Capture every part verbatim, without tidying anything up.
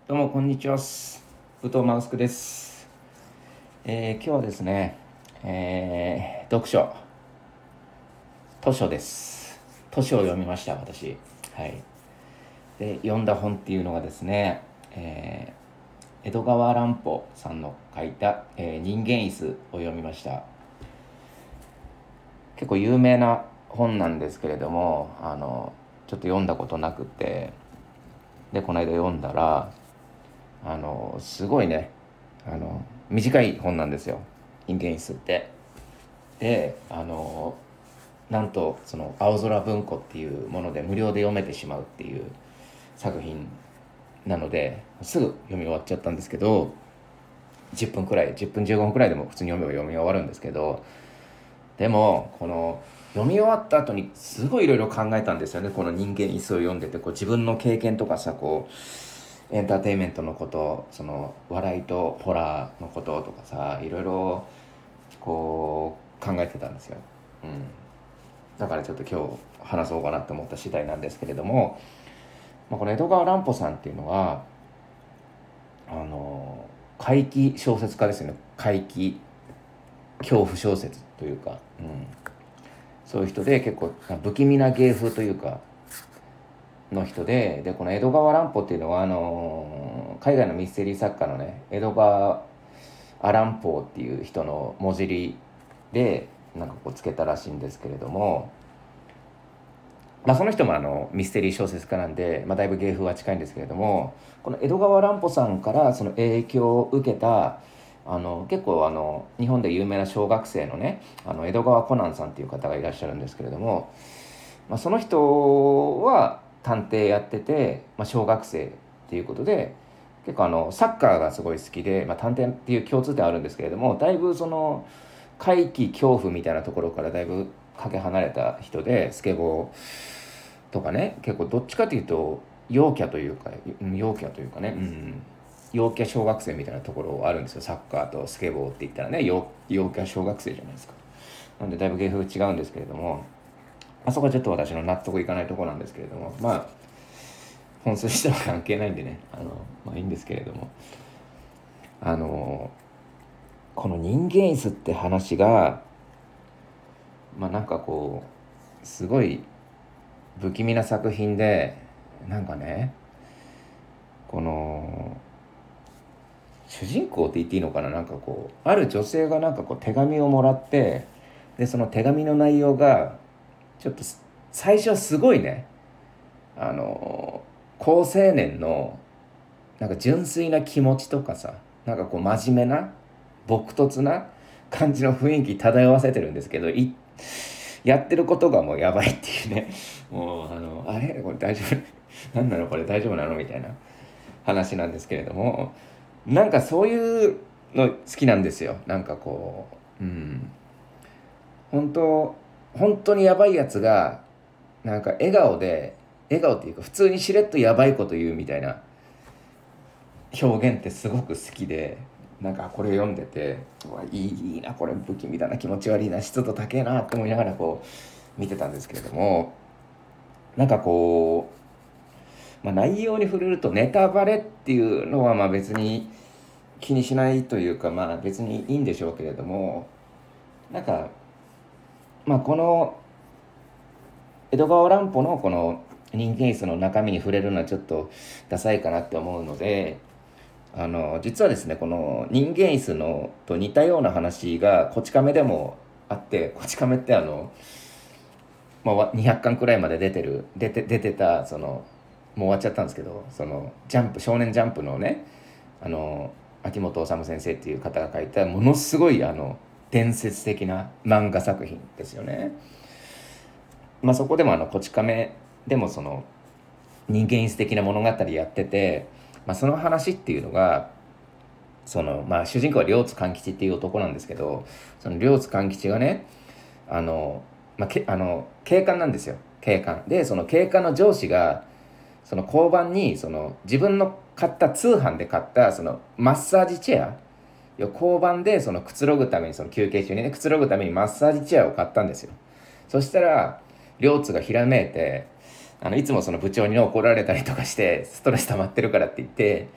どうもこんにちは。武藤マウスクです。えー今日はですね、えー読書、図書です。図書を読みました、私。はい。で、読んだ本っていうのがですね、えー江戸川乱歩さんの書いた、えー人間椅子を読みました。結構有名な本なんですけれども、あの、ちょっと読んだことなくて、で、この間読んだら、あの、すごいね、あの、短い本なんですよ。人間椅子って。であのなんとその青空文庫っていうもので無料で読めてしまうっていう作品なのですぐ読み終わっちゃったんですけど、じゅっぷんくらいじゅっぷんじゅうごふんくらいでも普通に読めば読み終わるんですけど、でもこの読み終わった後にすごいいろいろ考えたんですよね。この人間椅子を読んでて、こう自分の経験とかさ、こうエンターテインメントのこと、その笑いとホラーのこととかさ、いろいろこう考えてたんですよ。うん、だからちょっと今日話そうかなと思った次第なんですけれども、まあ、この江戸川乱歩さんっていうのはあの怪奇小説家ですよね。怪奇恐怖小説というか、うん、そういう人で結構不気味な芸風というかの人で、でこの江戸川乱歩っていうのはあの海外のミステリー作家のね江戸川アランポーっていう人の文字りでなんかこうつけたらしいんですけれども、まあ、その人もあのミステリー小説家なんで、まあ、だいぶ芸風は近いんですけれども、この江戸川乱歩さんからその影響を受けたあの結構あの日本で有名な小学生のね、あの江戸川コナンさんっていう方がいらっしゃるんですけれども、まあ、その人は探偵やってて、まあ、小学生っていうことで結構あのサッカーがすごい好きで、まあ、探偵っていう共通点あるんですけれども、だいぶその怪奇恐怖みたいなところからだいぶかけ離れた人で、スケボーとかね、結構どっちかというと陽キャというか陽キャというかね、うん、陽キャ小学生みたいなところあるんですよ。サッカーとスケボーって言ったらね、陽陽キャ小学生じゃないですか。なんでだいぶ芸風違うんですけれども、あそこはちょっと私の納得いかないところなんですけれども、まあ本筋とは関係ないんでね、あのまあいいんですけれども、あのこの人間椅子って話がまあなんかこうすごい不気味な作品で、なんかね、この主人公って言っていいのかな、なんかこうある女性がなんかこう手紙をもらって、でその手紙の内容がちょっと最初はすごいね、あの高青年のなんか純粋な気持ちとかさ、なんかこう真面目な朴突な感じの雰囲気漂わせてるんですけど、いやってることがもうやばいっていうね、もうあのあれこれ大丈夫何なのこれ大丈夫なのみたいな話なんですけれども、なんかそういうの好きなんですよ。なんかこう、うん本当本当にやばいやつがなんか笑顔で、笑顔っていうか普通にしれっとやばいこと言うみたいな表現ってすごく好きで、なんかこれ読んでて、うわいいいいな、これ不気味だな、気持ち悪いな、湿度高えなって思いながらこう見てたんですけれども、なんかこう、まあ、内容に触れるとネタバレっていうのはまあ別に気にしないというか、まあ別にいいんでしょうけれども、なんかまあこの江戸川乱歩のこの人間椅子の中身に触れるのはちょっとダサいかなって思うので、あの実はですね、この人間椅子のと似たような話がこち亀でもあって、こち亀ってあの、まあ、にひゃっかんくらいまで出てる出て出てた、そのもう終わっちゃったんですけど、そのジャンプ少年ジャンプのね、あの秋元治先生っていう方が書いたものすごいあの伝説的な漫画作品ですよね。まあ、そこでもあのこち亀でもその人間椅子的な物語やってて、まあ、その話っていうのがその、まあ、主人公は両津勘吉っていう男なんですけど、その両津勘吉がね、あの、まあ、けあの警官なんですよ。警官で、その警官の上司がその交番にその自分の買った通販で買ったそのマッサージチェア、交番でそのくつろぐために、その休憩中にねくつろぐためにマッサージチェアを買ったんですよ。そしたら両津がひらめいて、あのいつもその部長に怒られたりとかしてストレス溜まってるからって言って、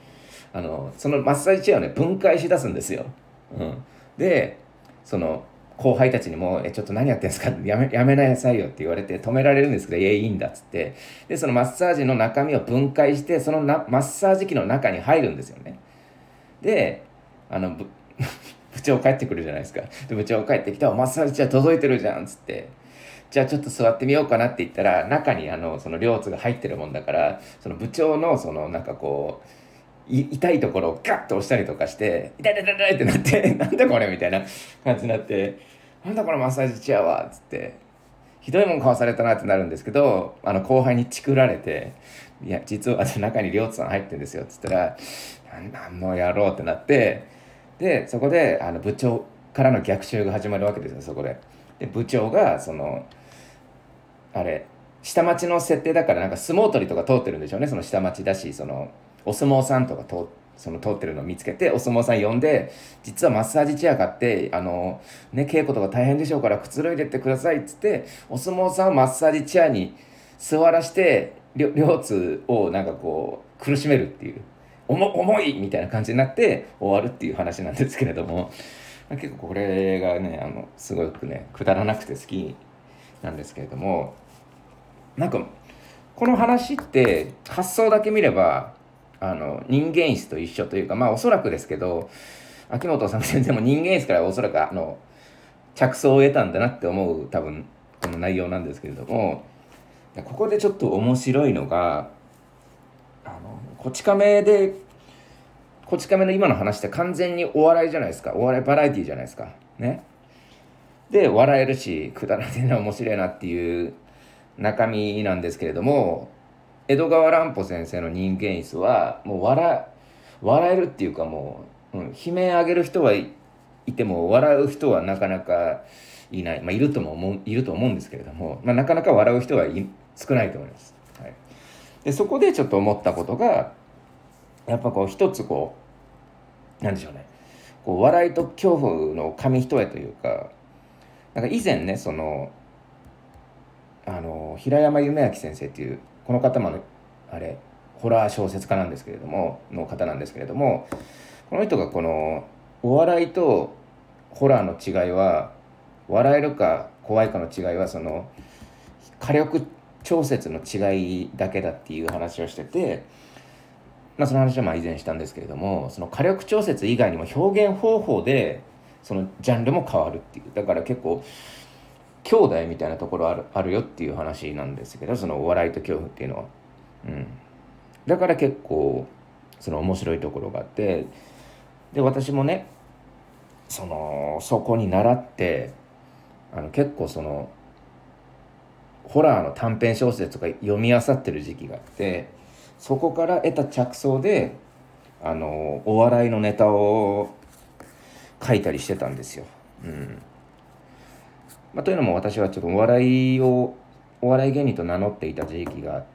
あのそのマッサージチェアをね分解し出すんですよ、うん、でその後輩たちにも「えちょっと何やってんすか?」やめ「やめなさいよ」って言われて止められるんですけど「いやいいんだ」っつって、でそのマッサージの中身を分解してそのなマッサージ機の中に入るんですよね。であの部部長帰ってくるじゃないですか。で部長帰ってきたら「マッサージチェア届いてるじゃん」っつって、じゃあちょっと座ってみようかなって言ったら、中にあのその両津が入ってるもんだから、その部長のそのなんかこうい痛いところをガッと押したりとかして「痛い痛い痛い!」ってなって「なんだこれ」みたいな感じになって「なんだこのマッサージチェアは」っつってひどいもん買わされたなってなるんですけど、あの後輩にチクられて「いや実は中に両津さん入ってるんですよ」っつったら「なんだもうやろう」ってなって、でそこであの部長からの逆襲が始まるわけですよ。そこでで部長がそのあれ下町の設定だからなんか相撲取りとか通ってるんでしょうね。その下町だし、そのお相撲さんとか通その通ってるのを見つけてお相撲さん呼んで、実はマッサージチェア買ってあの、ね、稽古とか大変でしょうからくつろいでってくださいっつってお相撲さんをマッサージチェアに座らして両津をなんかこう苦しめるっていう、重重いみたいな感じになって終わるっていう話なんですけれども、結構これがねあのすごくねくだらなくて好きなんですけれども、なんかこの話って発想だけ見ればあの人間椅子と一緒というか、まあおそらくですけど秋元治先生も人間椅子からおそらくあの着想を得たんだなって思う多分この内容なんですけれども、ここでちょっと面白いのがあのこち亀でこち亀の今の話って完全にお笑いじゃないですか。お笑いバラエティじゃないですかね。で笑えるしくだらねえな面白いなっていう中身なんですけれども、江戸川乱歩先生の人間椅子はもう笑笑えるっていうかもう、うん、悲鳴上げる人はいいても笑う人はなかなかいない、まあ、いるとも思ういると思うんですけれども、まあ、なかなか笑う人はい少ないと思います、はい、でそこでちょっと思ったことがやっぱこう一つこうなんでしょうね、こう笑いと恐怖の紙一重というか、なんか以前ねそのあの平山夢明先生っていうこの方もあれホラー小説家なんですけれどもの方なんですけれども、この人がこのお笑いとホラーの違いは笑えるか怖いかの違いはその火力調節の違いだけだっていう話をしてて、まあ、その話はまあ以前したんですけれども、その火力調節以外にも表現方法でそのジャンルも変わるっていう、だから結構兄弟みたいなところあるあるよっていう話なんですけど、そのお笑いと恐怖っていうのは、うん、だから結構その面白いところがあって、で私もねそのそこに習ってあの結構そのホラーの短編小説とか読み漁ってる時期があって、そこから得た着想であのお笑いのネタを書いたりしてたんですよ、うんまあ、というのも私はちょっとお笑いをお笑い芸人と名乗っていた時期があって、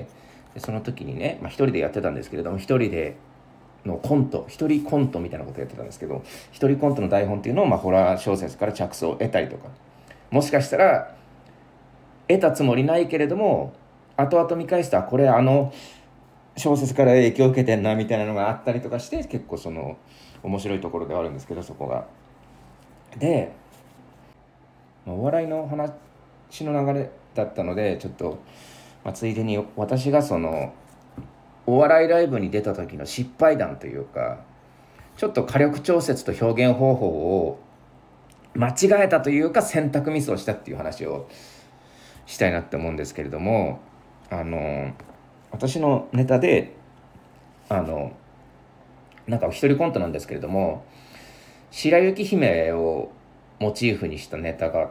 でその時にね、まあ、一人でやってたんですけれども、一人でのコント一人コントみたいなことやってたんですけど、一人コントの台本っていうのを、まあ、ホラー小説から着想を得たりとか、もしかしたら得たつもりないけれども後々見返すとこれあの小説から影響を受けてんなみたいなのがあったりとかして、結構その面白いところではあるんですけど、そこがでお笑いの話の流れだったのでちょっと、まあ、ついでに私がそのお笑いライブに出た時の失敗談というか、ちょっと火力調節と表現方法を間違えたというか選択ミスをしたっていう話をしたいなって思うんですけれども、あの私のネタであのなんか一人コントなんですけれども、白雪姫をモチーフにしたネタがあって、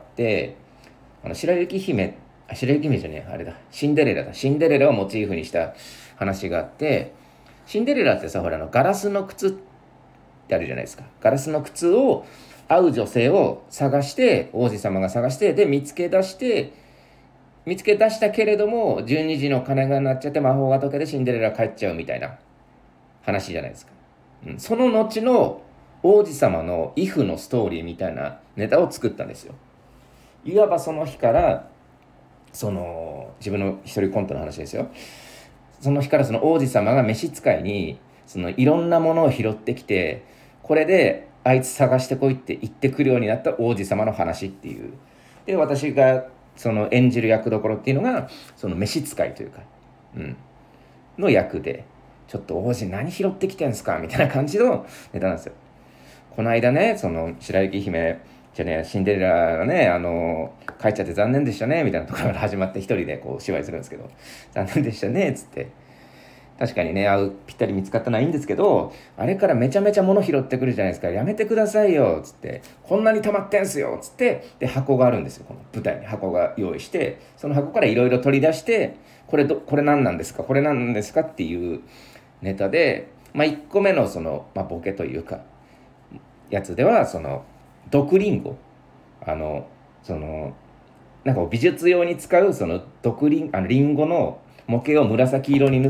あの白雪姫あ白雪姫じゃねえあれだシンデレラだシンデレラをモチーフにした話があって、シンデレラってさほらあのガラスの靴ってあるじゃないですか。ガラスの靴を合う女性を探して王子様が探してで見つけ出して見つけ出したけれどもじゅうにじの鐘が鳴っちゃって魔法が解けてシンデレラ帰っちゃうみたいな話じゃないですか、うん、その後の王子様のイフのストーリーみたいなネタを作ったんですよ。いわばその日からその自分の一人コントの話ですよ。その日からその王子様が召使いにそのいろんなものを拾ってきて、これであいつ探してこいって言ってくるようになった王子様の話っていう。で私がその演じる役どころっていうのがその召使いというか、うん、の役で、ちょっと王子何拾ってきてんすかみたいな感じのネタなんですよ。この間ね、その白雪姫じゃねシンデレラがね、あの帰っちゃって残念でしたねみたいなところから始まって一人でこう芝居するんですけど、残念でしたねっつって、確かにね、合うぴったり見つかったのはいいんですけど、あれからめちゃめちゃ物拾ってくるじゃないですか。やめてくださいよっつって、こんなに溜まってんすよっつって、で箱があるんですよ。この舞台に箱が用意して、その箱からいろいろ取り出して、これどこれ何なんですかこれ何なんですかっていうネタで、まあいっこめのその、まあ、ボケというかやつでは、その毒リンゴ、あのそのなんか美術用に使うその毒リンあのリンゴの模型を紫色に塗って、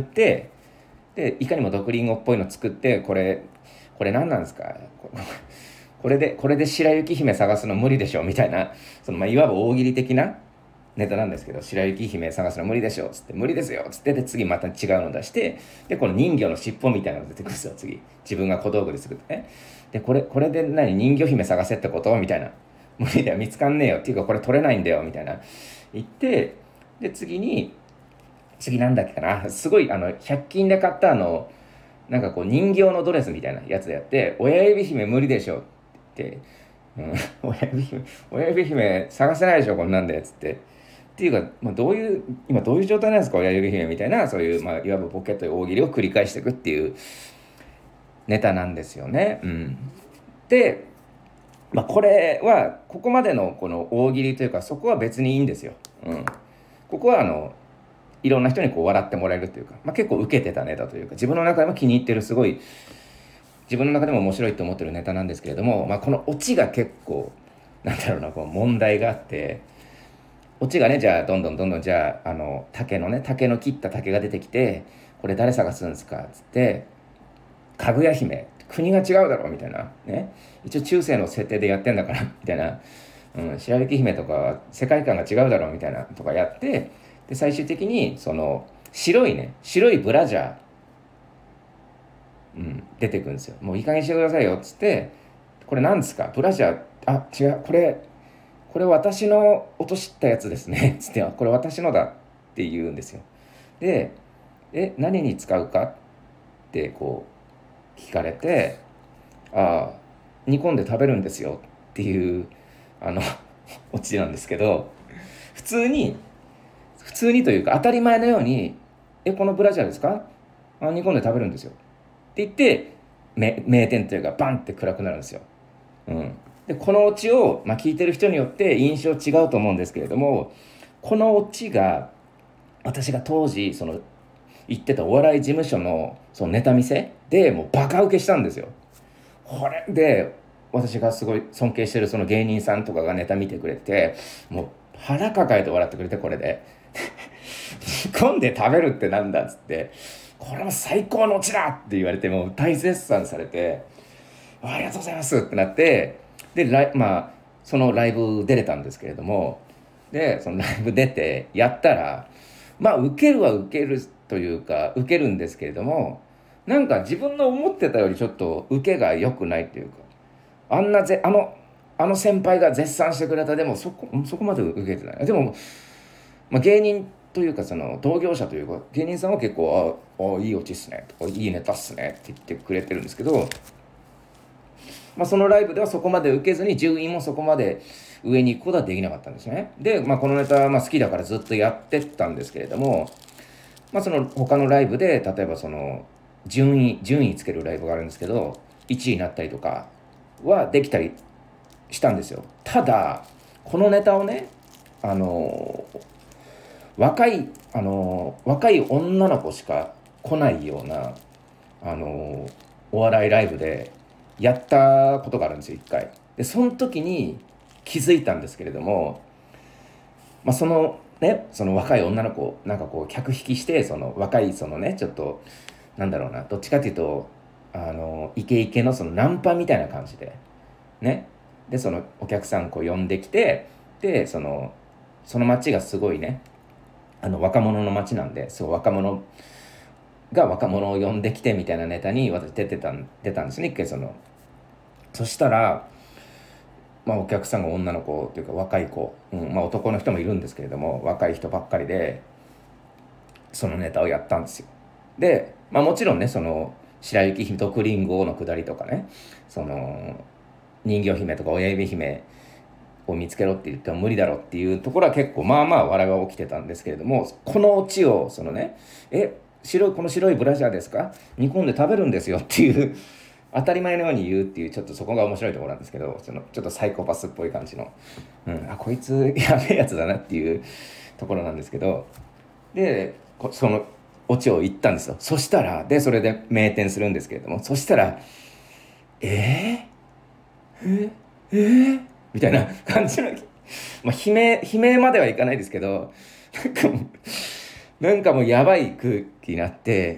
でいかにも毒リンゴっぽいの作って、これこれ何なんですかこれでこれで白雪姫探すの無理でしょみたいな、そのまあいわば大喜利的なネタなんですけど、白雪姫探すの無理でしょっつって、無理ですよっつって、で次また違うの出して、でこの人魚の尻尾みたいなのが出てくるんですよ。次自分が小道具でするとね、でこれこれで何人魚姫探せってことみたいな、無理だよ見つかんねえよっていうかこれ取れないんだよみたいな言って、で次に次なんだっけかな、すごいあのひゃく均で買ったあのなんかこう人形のドレスみたいなやつでやって、親指姫無理でしょって言って、うん、親指姫親指姫探せないでしょこんなんでっつって、っていうか、まあ、どういう今どういう状態なんですか親指姫みたいな、そういう、まあ、いわばボケという大喜利を繰り返していくっていうネタなんですよね。うん、で、まあ、これはここまでのこの大喜利というか、そこは別にいいんですよ。うん、ここはあのいろんな人にこう笑ってもらえるというか、まあ、結構受けてたネタというか、自分の中でも気に入ってる、すごい自分の中でも面白いと思ってるネタなんですけれども、まあ、このオチが結構なんだろうな、こう問題があって、オチがね、じゃあどんどんどんどん、じゃああの竹のね竹の切った竹が出てきて、これ誰探すんですかっつって、かぐや姫、国が違うだろみたいなね、一応中世の設定でやってんだからみたいな、うん、白雪姫とか世界観が違うだろみたいなとかやって、で最終的にその白いね白いブラジャー、うん、出てくるんですよ。もういい加減にしてくださいよっつって、これ何ですかブラジャー、あ違う、これこれ私の落としたやつですねつって、これ私のだって言うんですよ。で、え何に使うかってこう聞かれて、ああ煮込んで食べるんですよっていうあのオチなんですけど、普通に普通にというか当たり前のように、えこのブラジャーですか、あ煮込んで食べるんですよって言って、名店というかバンって暗くなるんですよ。うん、でこのオチを、まあ、聞いてる人によって印象違うと思うんですけれども、このオチが私が当時その行ってたお笑い事務所のそのネタ見せでもうバカ受けしたんですよ。これで私がすごい尊敬してるその芸人さんとかがネタ見てくれて、もう腹抱えて笑ってくれて、これで煮込んで食べるってなんだっつって、これも最高のオチだって言われて、もう大絶賛されて、ありがとうございますってなって、でライまあそのライブ出れたんですけれども、でそのライブ出てやったら、まあ受けるは受けるというか受けるんですけれども、なんか自分の思ってたよりちょっと受けが良くないというか、あんなぜあのあの先輩が絶賛してくれた、でもそこそこまで受けてない。でも、まあ、芸人というかその同業者というか芸人さんは結構「ああいいオチっすね」とか「いいネタっすね」って言ってくれてるんですけど、まあ、そのライブではそこまで受けずに、順位もそこまで上に行くことはできなかったんですね。で、まあ、このネタはまあ好きだからずっとやってったんですけれども、まあ、その他のライブで例えばその順位順位つけるライブがあるんですけど、いちいになったりとかはできたりしたんですよ。ただこのネタをね、あの若いあの若い女の子しか来ないようなあのお笑いライブでやったことがあるんですよ、一回。でその時に気づいたんですけれども、まあ、そのねその若い女の子なんかこう客引きして、その若いそのねちょっとなんだろうな、どっちかっていうとあのイケイケのそのナンパみたいな感じでね、でそのお客さんこう呼んできて、でそのその街がすごいね、あの若者の街なんで、そう若者が若者を呼んできてみたいなネタに私出てたん出たんですね、一回。そのそしたら、まあ、お客さんが女の子というか若い子、うんまあ、男の人もいるんですけれども、若い人ばっかりでそのネタをやったんですよ。で、まあ、もちろんね、その白雪姫毒リンゴのくだりとかね、その人魚姫とか親指姫を見つけろって言っても無理だろっていうところは結構まあまあ笑いは起きてたんですけれども、このオチをそのね、え白いこの白いブラジャーですか、煮込んで食べるんですよっていう当たり前のように言うっていう、ちょっとそこが面白いところなんですけど、そのちょっとサイコパスっぽい感じの、うん、あこいつやべえやつだなっていうところなんですけど、でそのオチを言ったんですよ。そしたらでそれで名店するんですけれども、そしたらえー、ええー、みたいな感じの、まあ、悲鳴悲鳴まではいかないですけど、なんかもうなんかもうやばい空気になって、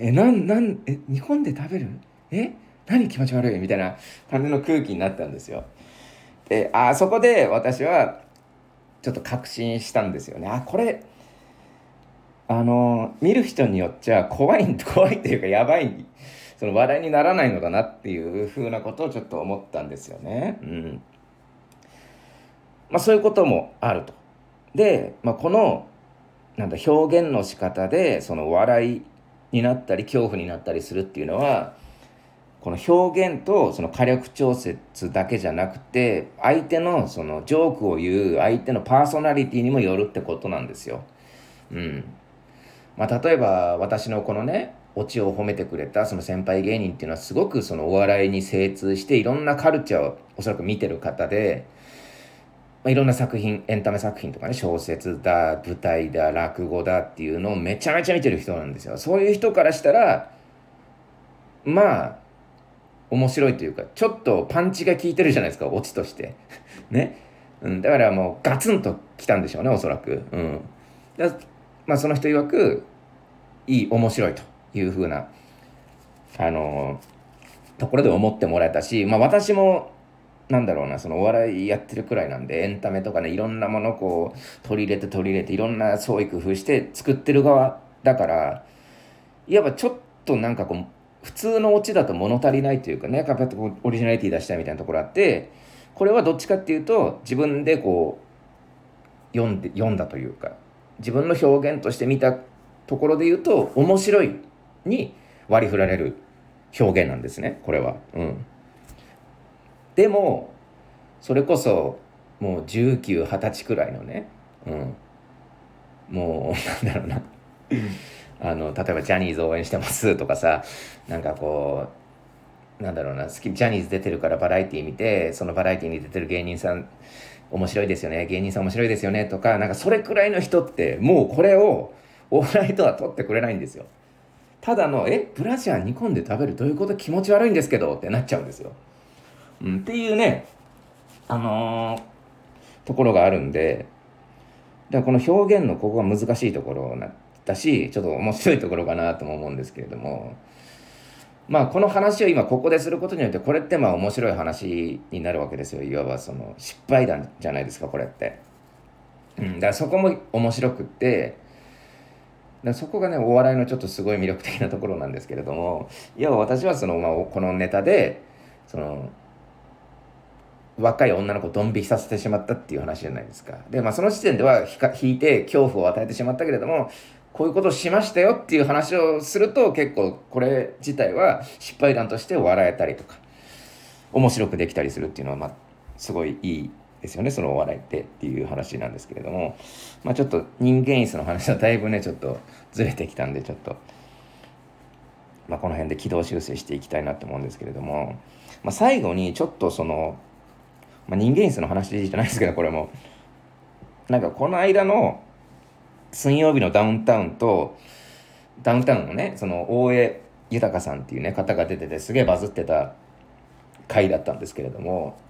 えなんなんえ日本で食べる、え何気持ち悪いみたいな感じの空気になったんですよ。であそこで私はちょっと確信したんですよね。あこれあの見る人によっちゃ怖い怖いというかやばい、その話題にならないのだなっていうふうなことをちょっと思ったんですよね。うんまあ、そういうこともあると。で、まあ、このなんだ表現の仕方でその笑いになったり恐怖になったりするっていうのは、この表現とその火力調節だけじゃなくて、相手のそのジョークを言う相手のパーソナリティにもよるってことなんですよ。うんまあ、例えば私のこのねオチを褒めてくれたその先輩芸人っていうのはすごくそのお笑いに精通していろんなカルチャーをおそらく見てる方で、まあ、いろんな作品エンタメ作品とかね、小説だ舞台だ落語だっていうのをめちゃめちゃ見てる人なんですよ。そういう人からしたらまあ面白いというか、ちょっとパンチが効いてるじゃないですか、オチとしてね、うん、だからもうガツンときたんでしょうね、おそらく。うんだまあその人曰くいい面白いというふうなあのーところで思ってもらえたし、まあ私もなんだろうな、そのお笑いやってるくらいなんで、エンタメとかね、いろんなものをこう取り入れて取り入れていろんな創意工夫して作ってる側だから、いわばちょっとなんかこう普通のオチだと物足りないというかね、やっぱりオリジナリティ出したいみたいなところあって、これはどっちかっていうと自分でこう読んで読んだというか、自分の表現として見たところで言うと面白いに割り振られる表現なんですね、これは。うん、でもそれこそもうじゅうきゅう、はたちくらいのね、うん、もうなんだろうなあの例えばジャニーズ応援してますとかさ、なんかこうなんだろうな、好きジャニーズ出てるからバラエティ見て、そのバラエティに出てる芸人さん面白いですよね、芸人さん面白いですよねとか、なんかそれくらいの人ってもうこれをお笑いとは取ってくれないんですよ。ただのえブラジャー煮込んで食べるどういうこと、気持ち悪いんですけどってなっちゃうんですよ。うん、っていうね、あのーところがあるんで、だからこの表現のここが難しいところだし、ちょっと面白いところかなとも思うんですけれども、まあこの話を今ここですることによって、これってまあ面白い話になるわけですよ。いわばその失敗談じゃないですか、これって。うん、だからそこも面白くって、だそこがねお笑いのちょっとすごい魅力的なところなんですけれども、要は私はその、まあ、このネタでその若い女の子をドン引きさせてしまったっていう話じゃないですか。で、まあその時点では引いて恐怖を与えてしまったけれども、こういうことをしましたよっていう話をすると、結構これ自体は失敗談として笑えたりとか面白くできたりするっていうのは、まあすごいいいですよね、そのお笑いってっていう話なんですけれども、まあちょっと人間椅子の話はだいぶねちょっとずれてきたんで、ちょっとまあこの辺で軌道修正していきたいなと思うんですけれども、まあ最後にちょっとそのまあ、人間椅子の話じゃないですけど、これもなんかこの間の水曜日のダウンタウンとダウンタウンのね、その大江豊さんっていうね方が出てて、すげえバズってた回だったんですけれども、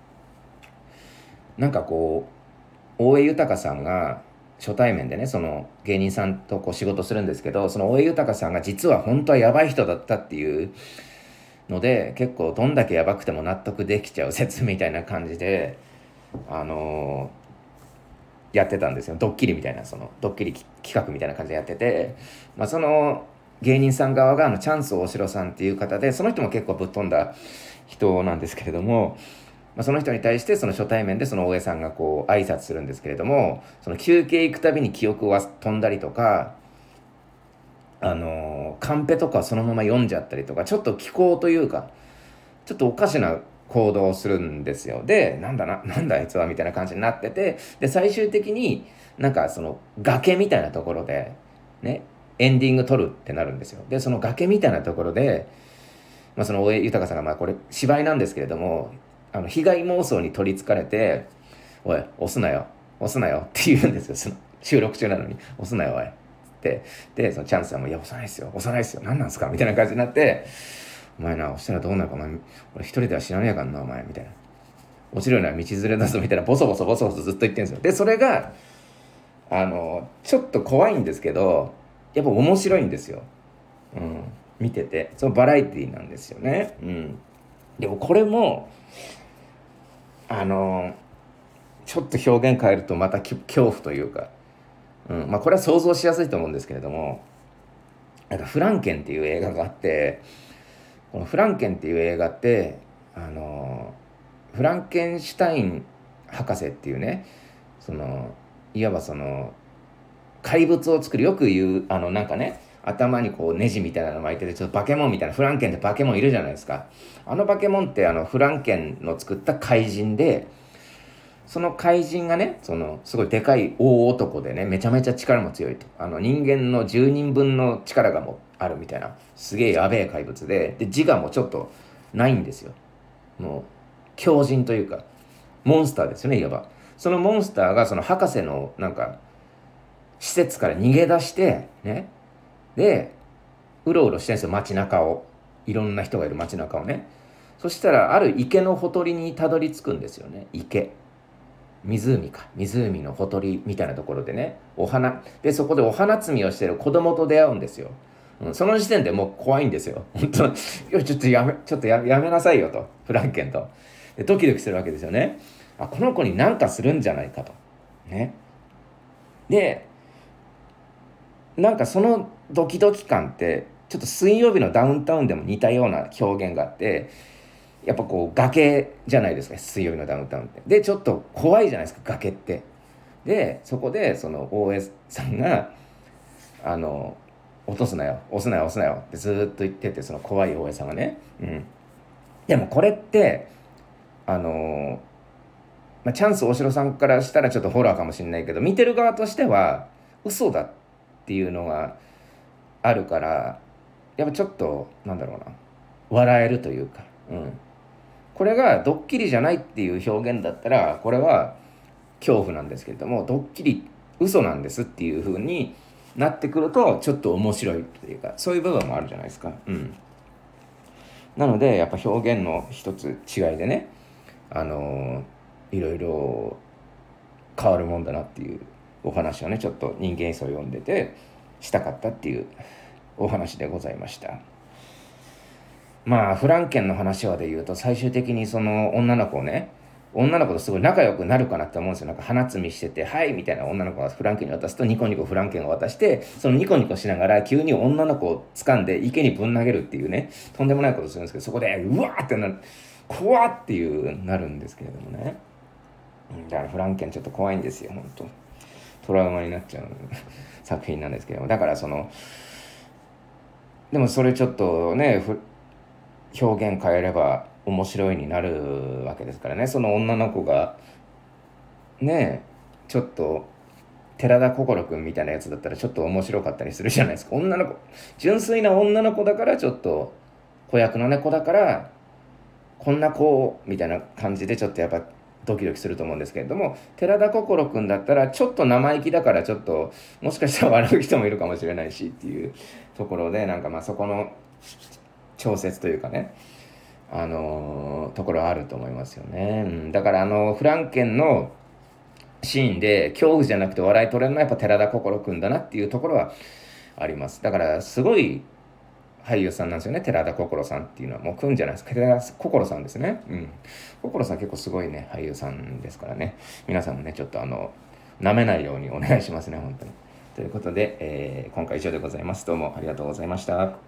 なんかこう大江豊さんが初対面でね、その芸人さんとこう仕事するんですけど、その大江豊さんが実は本当はやばい人だったっていうので、結構どんだけやばくても納得できちゃう説みたいな感じで、あのーやってたんですよ。ドッキリみたいな、そのドッキリ企画みたいな感じでやってて、まあ、その芸人さん側があのチャンス大城さんっていう方で、その人も結構ぶっ飛んだ人なんですけれども、まあ、その人に対してその初対面でその大江さんがこう挨拶するんですけれども、その休憩行くたびに記憶は飛んだりとか、あのーカンペとかそのまま読んじゃったりとか、ちょっと気候というかちょっとおかしな行動をするんですよ。で、なんだな、なんだあいつはみたいな感じになってて、で、最終的になんかその崖みたいなところで、ね、エンディング撮るってなるんですよ。で、その崖みたいなところで、まあ、その大江豊さんが、まあこれ芝居なんですけれども、あの被害妄想に取りつかれて、おい、押すなよ、押すなよって言うんですよ。その収録中なのに、押すなよ、おい。って。で、そのチャンスさんも、いや、押さないっすよ、押さないっすよ、何なんすかみたいな感じになって、お前な、押したらどうなるか、お前、俺一人では知らねえかんな、お前、みたいな。落ちるのは道連れだぞ、みたいな、ボソボソボソボソずっと言ってるんですよ。で、それが、あの、ちょっと怖いんですけど、やっぱ面白いんですよ。うん。見てて。そのバラエティなんですよね。うん。でもこれも、あの、ちょっと表現変えるとまた恐怖というか、うん。まあこれは想像しやすいと思うんですけれども、なんかフランケンっていう映画があって、このフランケンっていう映画って、あのフランケンシュタイン博士っていうね、そのいわばその怪物を作る、よく言うあのなんかね、頭にこうネジみたいなの巻いてて、ちょっとバケモンみたいな、フランケンってバケモンいるじゃないですか。あのバケモンってあのフランケンの作った怪人で、その怪人がね、そのすごいでかい大男でね、めちゃめちゃ力も強いと、あの人間のじゅうにんぶんの力がもあるみたいな、すげえやべえ怪物で、で自我もちょっとないんですよ。もう狂人というかモンスターですよね、いわば。そのモンスターがその博士のなんか施設から逃げ出してね、でうろうろしてるんですよ、街中を。いろんな人がいる街中をね。そしたらある池のほとりにたどり着くんですよね。池、湖か、湖のほとりみたいなところでね、お花で、そこでお花摘みをしてる子供と出会うんですよ。うん、その時点でもう怖いんですよ、本当。いや、ちょっとやめちょっとややめなさいよと、フランケンと。でドキドキするわけですよね。あ、この子に何かするんじゃないかとね。で、なんかそのドキドキ感ってちょっと水曜日のダウンタウンでも似たような表現があって、やっぱこう崖じゃないですか、水曜日のダウンタウンって。でちょっと怖いじゃないですか、崖って。でそこでその オーエス さんがあの落とすなよ、押すなよ、押すなよってずっと言ってて、その怖い オーエス さんがね。うん。でもこれってあのまあ、チャンス大城さんからしたらちょっとホラーかもしれないけど、見てる側としては嘘だっていうのがあるから、やっぱちょっとなんだろうな、笑えるというか、うん、これがドッキリじゃないっていう表現だったら、これは恐怖なんですけれども、ドッキリ嘘なんですっていう風になってくるとちょっと面白いというか、そういう部分もあるじゃないですか。うん、なのでやっぱ表現の一つ違いでね、あのー、いろいろ変わるもんだなっていうお話をね、ちょっと人間相を読んでてしたかったっていうお話でございました。まあフランケンの話はで言うと、最終的にその女の子をね、女の子とすごい仲良くなるかなって思うんですよ。なんか花摘みしてて、はいみたいな女の子がフランケンに渡すと、ニコニコフランケンが渡して、そのニコニコしながら急に女の子を掴んで池にぶん投げるっていうね、とんでもないことするんですけど、そこでうわーってなる、怖っていうなるんですけれどもね。だからフランケンちょっと怖いんですよ、本当。トラウマになっちゃう作品なんですけども、だからそのでもそれちょっとね、表現変えれば面白いになるわけですからね。その女の子がね、ちょっと寺田心くんみたいなやつだったらちょっと面白かったりするじゃないですか。女の子、純粋な女の子だからちょっと子役の猫だからこんな子みたいな感じでちょっとやっぱドキドキすると思うんですけれども、寺田心くんだったらちょっと生意気だからちょっともしかしたら笑う人もいるかもしれないしっていうところで、なんかまあそこの調節というかね、あのー、ところあると思いますよね。うん、だからあのフランケンのシーンで恐怖じゃなくて笑い取れるのはやっぱ寺田心くんだなっていうところはあります。だからすごい俳優さんなんですよね、寺田心さんっていうのは。もうくんじゃないですか、寺田心さんですね。うん、心さん結構すごいね俳優さんですからね。皆さんもねちょっとあの舐めないようにお願いしますね、本当に。 ということで、えー今回以上でございます。どうもありがとうございました。